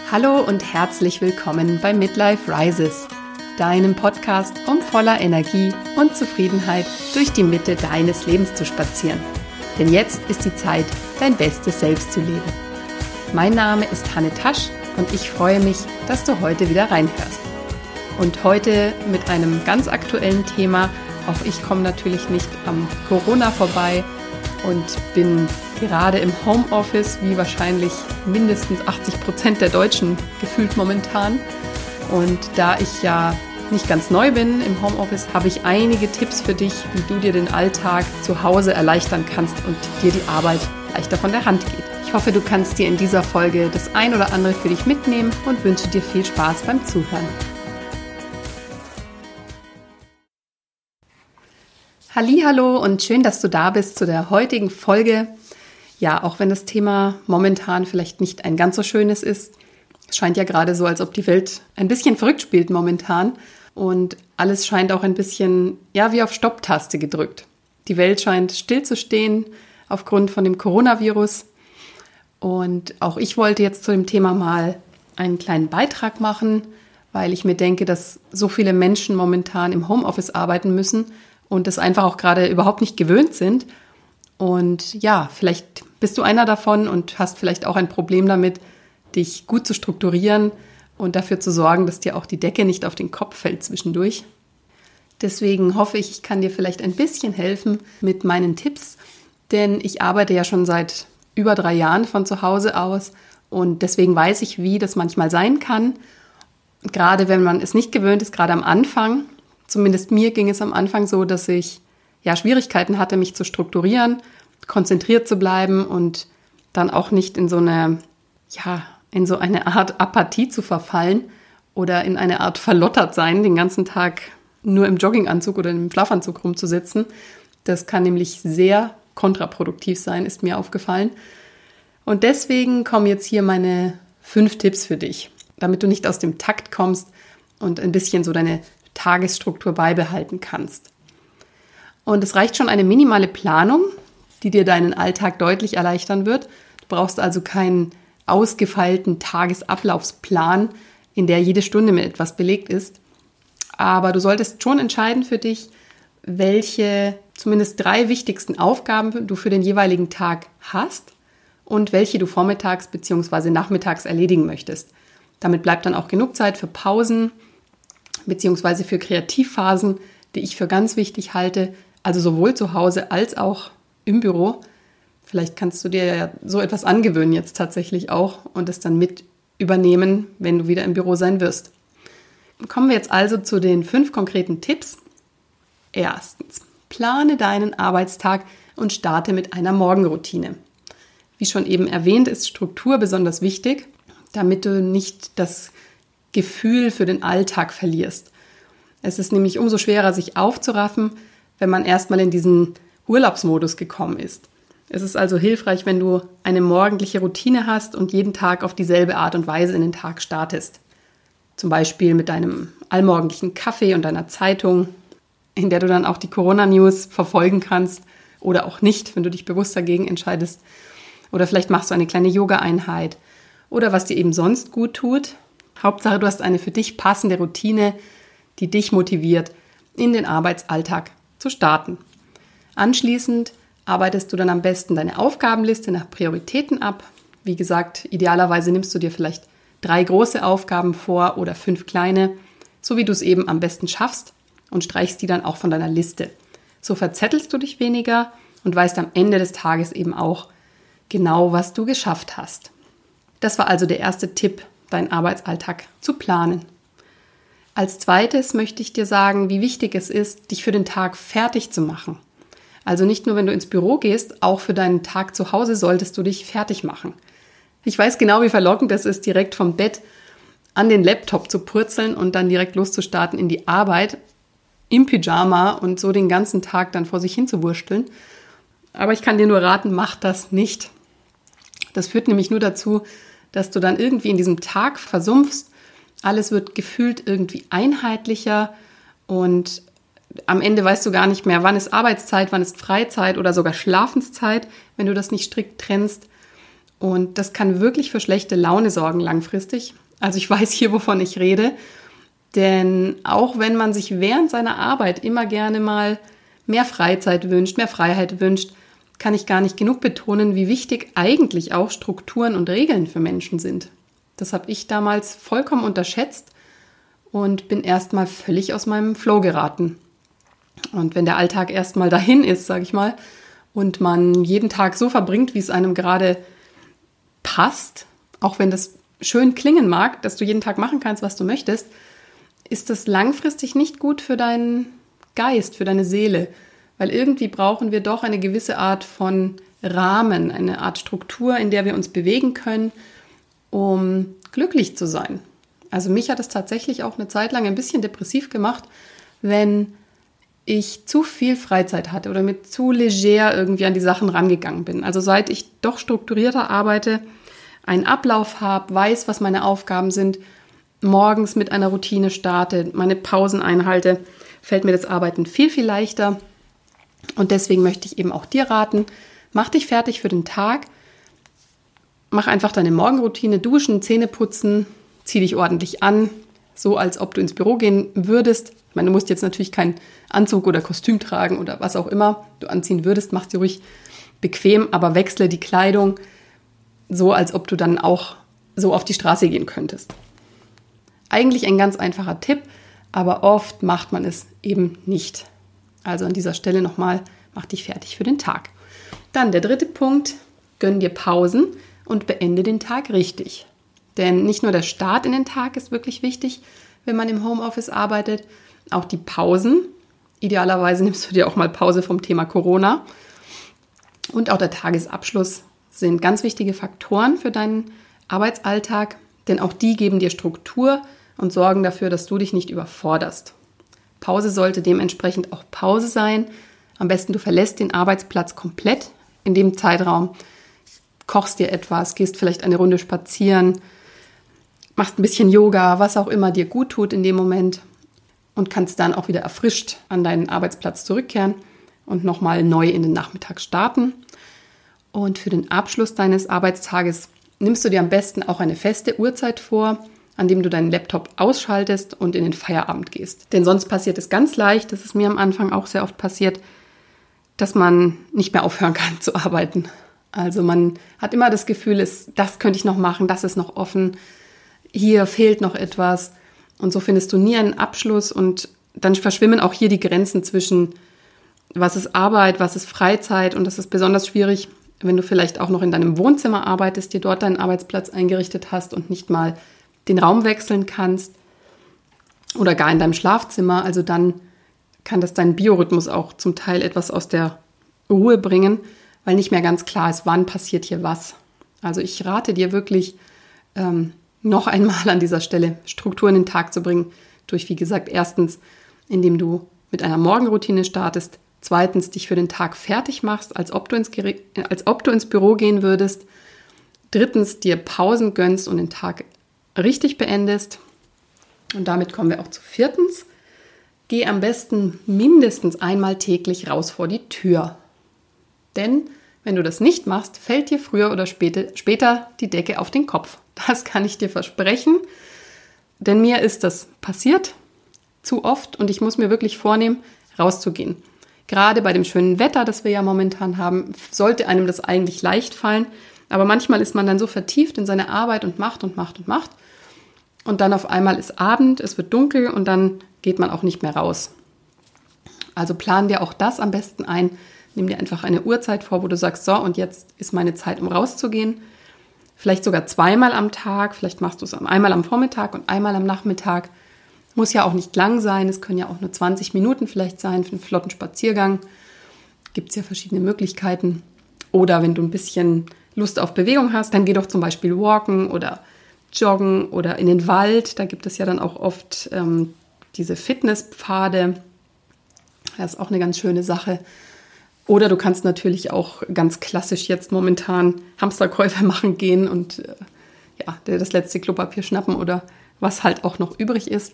Hallo und herzlich willkommen bei Midlife Rises, deinem Podcast, um voller Energie und Zufriedenheit durch die Mitte deines Lebens zu spazieren. Denn jetzt ist die Zeit, dein bestes Selbst zu leben. Mein Name ist Hanne Tasch und ich freue mich, dass du heute wieder reinhörst. Und heute mit einem ganz aktuellen Thema. Auch ich komme natürlich nicht am Corona vorbei und bin gerade im Homeoffice, wie wahrscheinlich mindestens 80% der Deutschen gefühlt momentan. Und da ich ja nicht ganz neu bin im Homeoffice, habe ich einige Tipps für dich, wie du dir den Alltag zu Hause erleichtern kannst und dir die Arbeit leichter von der Hand geht. Ich hoffe, du kannst dir in dieser Folge das ein oder andere für dich mitnehmen und wünsche dir viel Spaß beim Zuhören. Hallihallo und schön, dass du da bist zu der heutigen Folge. Ja, auch wenn das Thema momentan vielleicht nicht ein ganz so schönes ist. Es scheint ja gerade so, als ob die Welt ein bisschen verrückt spielt momentan. Und alles scheint auch ein bisschen, ja, wie auf Stopptaste gedrückt. Die Welt scheint stillzustehen aufgrund von dem Coronavirus. Und auch ich wollte jetzt zu dem Thema mal einen kleinen Beitrag machen, weil ich mir denke, dass so viele Menschen momentan im Homeoffice arbeiten müssen und das einfach auch gerade überhaupt nicht gewöhnt sind. Und ja, vielleicht bist du einer davon und hast vielleicht auch ein Problem damit, dich gut zu strukturieren und dafür zu sorgen, dass dir auch die Decke nicht auf den Kopf fällt zwischendurch. Deswegen hoffe ich, ich kann dir vielleicht ein bisschen helfen mit meinen Tipps, denn ich arbeite ja schon seit über 3 Jahren von zu Hause aus und deswegen weiß ich, wie das manchmal sein kann. Gerade wenn man es nicht gewöhnt ist, gerade am Anfang, zumindest mir ging es am Anfang so, dass ich Schwierigkeiten hatte, mich zu strukturieren, konzentriert zu bleiben und dann auch nicht in so eine Art Apathie zu verfallen oder in eine Art Verlottertsein, den ganzen Tag nur im Jogginganzug oder im Schlafanzug rumzusitzen. Das kann nämlich sehr kontraproduktiv sein, ist mir aufgefallen. Und deswegen kommen jetzt hier meine 5 Tipps für dich, damit du nicht aus dem Takt kommst und ein bisschen so deine Tagesstruktur beibehalten kannst. Und es reicht schon eine minimale Planung, die dir deinen Alltag deutlich erleichtern wird. Du brauchst also keinen ausgefeilten Tagesablaufsplan, in der jede Stunde mit etwas belegt ist. Aber du solltest schon entscheiden für dich, welche zumindest 3 wichtigsten Aufgaben du für den jeweiligen Tag hast und welche du vormittags bzw. nachmittags erledigen möchtest. Damit bleibt dann auch genug Zeit für Pausen bzw. für Kreativphasen, die ich für ganz wichtig halte, also sowohl zu Hause als auch im Büro. Vielleicht kannst du dir ja so etwas angewöhnen jetzt tatsächlich auch und es dann mit übernehmen, wenn du wieder im Büro sein wirst. Kommen wir jetzt also zu den 5 konkreten Tipps. Erstens, plane deinen Arbeitstag und starte mit einer Morgenroutine. Wie schon eben erwähnt, ist Struktur besonders wichtig, damit du nicht das Gefühl für den Alltag verlierst. Es ist nämlich umso schwerer, sich aufzuraffen, wenn man erstmal in diesen Urlaubsmodus gekommen ist. Es ist also hilfreich, wenn du eine morgendliche Routine hast und jeden Tag auf dieselbe Art und Weise in den Tag startest. Zum Beispiel mit deinem allmorgendlichen Kaffee und deiner Zeitung, in der du dann auch die Corona-News verfolgen kannst oder auch nicht, wenn du dich bewusst dagegen entscheidest. Oder vielleicht machst du eine kleine Yoga-Einheit oder was dir eben sonst gut tut. Hauptsache, du hast eine für dich passende Routine, die dich motiviert, in den Arbeitsalltag zu starten. Anschließend arbeitest du dann am besten deine Aufgabenliste nach Prioritäten ab. Wie gesagt, idealerweise nimmst du dir vielleicht 3 große Aufgaben vor oder 5 kleine, so wie du es eben am besten schaffst und streichst die dann auch von deiner Liste. So verzettelst du dich weniger und weißt am Ende des Tages eben auch genau, was du geschafft hast. Das war also der erste Tipp, deinen Arbeitsalltag zu planen. Als zweites möchte ich dir sagen, wie wichtig es ist, dich für den Tag fertig zu machen. Also nicht nur, wenn du ins Büro gehst, auch für deinen Tag zu Hause solltest du dich fertig machen. Ich weiß genau, wie verlockend es ist, direkt vom Bett an den Laptop zu purzeln und dann direkt loszustarten in die Arbeit im Pyjama und so den ganzen Tag dann vor sich hin zu wursteln. Aber ich kann dir nur raten, mach das nicht. Das führt nämlich nur dazu, dass du dann irgendwie in diesem Tag versumpfst. Alles wird gefühlt irgendwie einheitlicher und am Ende weißt du gar nicht mehr, wann ist Arbeitszeit, wann ist Freizeit oder sogar Schlafenszeit, wenn du das nicht strikt trennst. Und das kann wirklich für schlechte Laune sorgen langfristig. Also ich weiß hier, wovon ich rede. Denn auch wenn man sich während seiner Arbeit immer gerne mal mehr Freizeit wünscht, mehr Freiheit wünscht, kann ich gar nicht genug betonen, wie wichtig eigentlich auch Strukturen und Regeln für Menschen sind. Das habe ich damals vollkommen unterschätzt und bin erstmal völlig aus meinem Flow geraten. Und wenn der Alltag erstmal dahin ist, sage ich mal, und man jeden Tag so verbringt, wie es einem gerade passt, auch wenn das schön klingen mag, dass du jeden Tag machen kannst, was du möchtest, ist das langfristig nicht gut für deinen Geist, für deine Seele. Weil irgendwie brauchen wir doch eine gewisse Art von Rahmen, eine Art Struktur, in der wir uns bewegen können, um glücklich zu sein. Also mich hat es tatsächlich auch eine Zeit lang ein bisschen depressiv gemacht, wenn ich zu viel Freizeit hatte oder mit zu leger irgendwie an die Sachen rangegangen bin. Also seit ich doch strukturierter arbeite, einen Ablauf habe, weiß, was meine Aufgaben sind, morgens mit einer Routine starte, meine Pausen einhalte, fällt mir das Arbeiten viel, viel leichter. Und deswegen möchte ich eben auch dir raten, mach dich fertig für den Tag, mach einfach deine Morgenroutine, duschen, Zähne putzen, zieh dich ordentlich an, so als ob du ins Büro gehen würdest. Ich meine, du musst jetzt natürlich keinen Anzug oder Kostüm tragen oder was auch immer du anziehen würdest, mach dir ruhig bequem, aber wechsle die Kleidung so, als ob du dann auch so auf die Straße gehen könntest. Eigentlich ein ganz einfacher Tipp, aber oft macht man es eben nicht. Also an dieser Stelle nochmal, mach dich fertig für den Tag. Dann der dritte Punkt, gönn dir Pausen und beende den Tag richtig. Denn nicht nur der Start in den Tag ist wirklich wichtig, wenn man im Homeoffice arbeitet, auch die Pausen. Idealerweise nimmst du dir auch mal Pause vom Thema Corona. Und auch der Tagesabschluss sind ganz wichtige Faktoren für deinen Arbeitsalltag, denn auch die geben dir Struktur und sorgen dafür, dass du dich nicht überforderst. Pause sollte dementsprechend auch Pause sein. Am besten du verlässt den Arbeitsplatz komplett in dem Zeitraum, kochst dir etwas, gehst vielleicht eine Runde spazieren, machst ein bisschen Yoga, was auch immer dir gut tut in dem Moment und kannst dann auch wieder erfrischt an deinen Arbeitsplatz zurückkehren und nochmal neu in den Nachmittag starten. Und für den Abschluss deines Arbeitstages nimmst du dir am besten auch eine feste Uhrzeit vor, an dem du deinen Laptop ausschaltest und in den Feierabend gehst. Denn sonst passiert es ganz leicht, das ist mir am Anfang auch sehr oft passiert, dass man nicht mehr aufhören kann zu arbeiten. Also man hat immer das Gefühl, das könnte ich noch machen, das ist noch offen, hier fehlt noch etwas. Und so findest du nie einen Abschluss und dann verschwimmen auch hier die Grenzen zwischen, was ist Arbeit, was ist Freizeit. Und das ist besonders schwierig, wenn du vielleicht auch noch in deinem Wohnzimmer arbeitest, dir dort deinen Arbeitsplatz eingerichtet hast und nicht mal den Raum wechseln kannst oder gar in deinem Schlafzimmer. Also dann kann das deinen Biorhythmus auch zum Teil etwas aus der Ruhe bringen, weil nicht mehr ganz klar ist, wann passiert hier was. Also ich rate dir wirklich, noch einmal an dieser Stelle Struktur in den Tag zu bringen, durch, wie gesagt, erstens, indem du mit einer Morgenroutine startest, zweitens, dich für den Tag fertig machst, als ob du ins Büro gehen würdest, drittens, dir Pausen gönnst und den Tag richtig beendest. Und damit kommen wir auch zu viertens, geh am besten mindestens einmal täglich raus vor die Tür. Denn wenn du das nicht machst, fällt dir früher oder später die Decke auf den Kopf. Das kann ich dir versprechen, denn mir ist das passiert zu oft und ich muss mir wirklich vornehmen, rauszugehen. Gerade bei dem schönen Wetter, das wir ja momentan haben, sollte einem das eigentlich leicht fallen, aber manchmal ist man dann so vertieft in seine Arbeit und macht und macht und macht und dann auf einmal ist Abend, es wird dunkel und dann geht man auch nicht mehr raus. Also plan dir auch das am besten ein. Nimm dir einfach eine Uhrzeit vor, wo du sagst, so, und jetzt ist meine Zeit, um rauszugehen. Vielleicht sogar zweimal am Tag, vielleicht machst du es einmal am Vormittag und einmal am Nachmittag. Muss ja auch nicht lang sein, es können ja auch nur 20 Minuten vielleicht sein für einen flotten Spaziergang. Gibt es ja verschiedene Möglichkeiten. Oder wenn du ein bisschen Lust auf Bewegung hast, dann geh doch zum Beispiel walken oder joggen oder in den Wald. Da gibt es ja dann auch oft diese Fitnesspfade. Das ist auch eine ganz schöne Sache. Oder du kannst natürlich auch ganz klassisch jetzt momentan Hamsterkäufe machen gehen und dir das letzte Klopapier schnappen oder was halt auch noch übrig ist.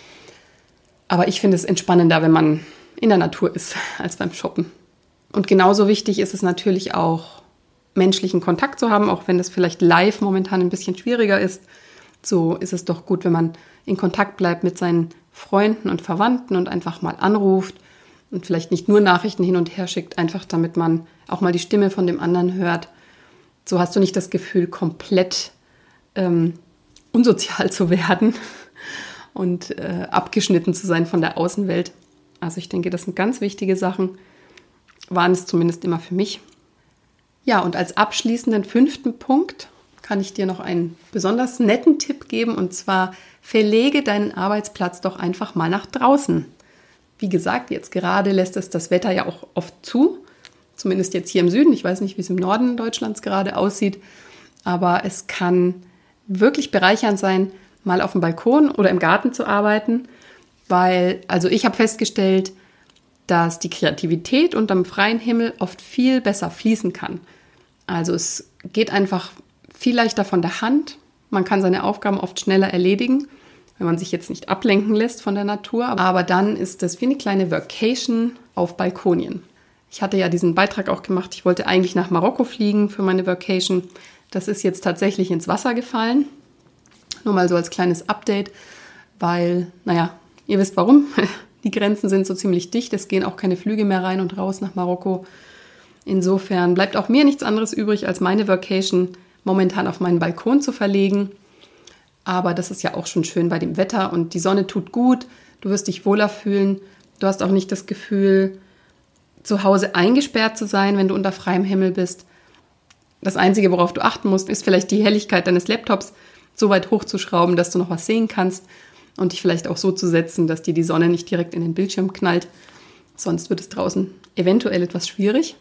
Aber ich finde es entspannender, wenn man in der Natur ist, als beim Shoppen. Und genauso wichtig ist es natürlich auch, menschlichen Kontakt zu haben, auch wenn das vielleicht live momentan ein bisschen schwieriger ist. So ist es doch gut, wenn man in Kontakt bleibt mit seinen Freunden und Verwandten und einfach mal anruft und vielleicht nicht nur Nachrichten hin und her schickt, einfach damit man auch mal die Stimme von dem anderen hört. So hast du nicht das Gefühl, komplett unsozial zu werden und abgeschnitten zu sein von der Außenwelt. Also ich denke, das sind ganz wichtige Sachen, waren es zumindest immer für mich. Ja, und als abschließenden 5. Punkt kann ich dir noch einen besonders netten Tipp geben, und zwar verlege deinen Arbeitsplatz doch einfach mal nach draußen. Wie gesagt, jetzt gerade lässt es das Wetter ja auch oft zu, zumindest jetzt hier im Süden. Ich weiß nicht, wie es im Norden Deutschlands gerade aussieht, aber es kann wirklich bereichernd sein, mal auf dem Balkon oder im Garten zu arbeiten, weil, also ich habe festgestellt, dass die Kreativität unterm freien Himmel oft viel besser fließen kann. Also es geht einfach viel leichter von der Hand. Man kann seine Aufgaben oft schneller erledigen, wenn man sich jetzt nicht ablenken lässt von der Natur. Aber dann ist das wie eine kleine Workation auf Balkonien. Ich hatte ja diesen Beitrag auch gemacht. Ich wollte eigentlich nach Marokko fliegen für meine Workation. Das ist jetzt tatsächlich ins Wasser gefallen. Nur mal so als kleines Update, weil, naja, ihr wisst warum. Die Grenzen sind so ziemlich dicht. Es gehen auch keine Flüge mehr rein und raus nach Marokko. Insofern bleibt auch mir nichts anderes übrig, als meine Workation momentan auf meinen Balkon zu verlegen. Aber das ist ja auch schon schön bei dem Wetter und die Sonne tut gut. Du wirst dich wohler fühlen. Du hast auch nicht das Gefühl, zu Hause eingesperrt zu sein, wenn du unter freiem Himmel bist. Das Einzige, worauf du achten musst, ist vielleicht die Helligkeit deines Laptops so weit hochzuschrauben, dass du noch was sehen kannst und dich vielleicht auch so zu setzen, dass dir die Sonne nicht direkt in den Bildschirm knallt. Sonst wird es draußen eventuell etwas schwierig.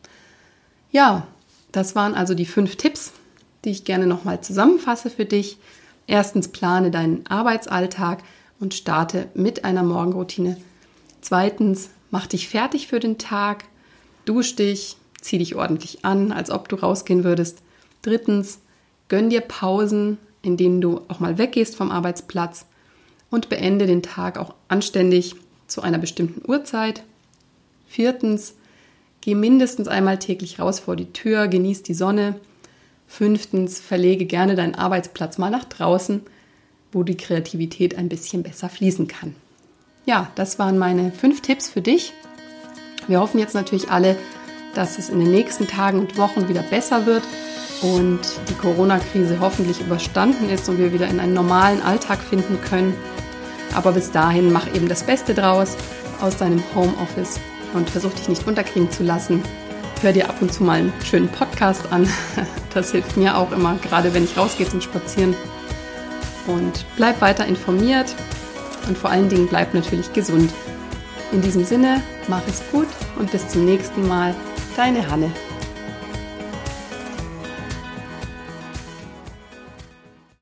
Ja, das waren also die 5 Tipps, die ich gerne nochmal zusammenfasse für dich. Erstens, plane deinen Arbeitsalltag und starte mit einer Morgenroutine. Zweitens, mach dich fertig für den Tag, dusch dich, zieh dich ordentlich an, als ob du rausgehen würdest. Drittens, gönn dir Pausen, in denen du auch mal weggehst vom Arbeitsplatz und beende den Tag auch anständig zu einer bestimmten Uhrzeit. Viertens, geh mindestens einmal täglich raus vor die Tür, genieß die Sonne. 5. verlege gerne deinen Arbeitsplatz mal nach draußen, wo die Kreativität ein bisschen besser fließen kann. Ja, das waren meine 5 Tipps für dich. Wir hoffen jetzt natürlich alle, dass es in den nächsten Tagen und Wochen wieder besser wird und die Corona-Krise hoffentlich überstanden ist und wir wieder in einen normalen Alltag finden können. Aber bis dahin mach eben das Beste draus aus deinem Homeoffice und versuch dich nicht unterkriegen zu lassen. Hör dir ab und zu mal einen schönen Podcast an. Das hilft mir auch immer, gerade wenn ich rausgehe zum Spazieren. Und bleib weiter informiert und vor allen Dingen bleib natürlich gesund. In diesem Sinne, mach es gut und bis zum nächsten Mal. Deine Hanne.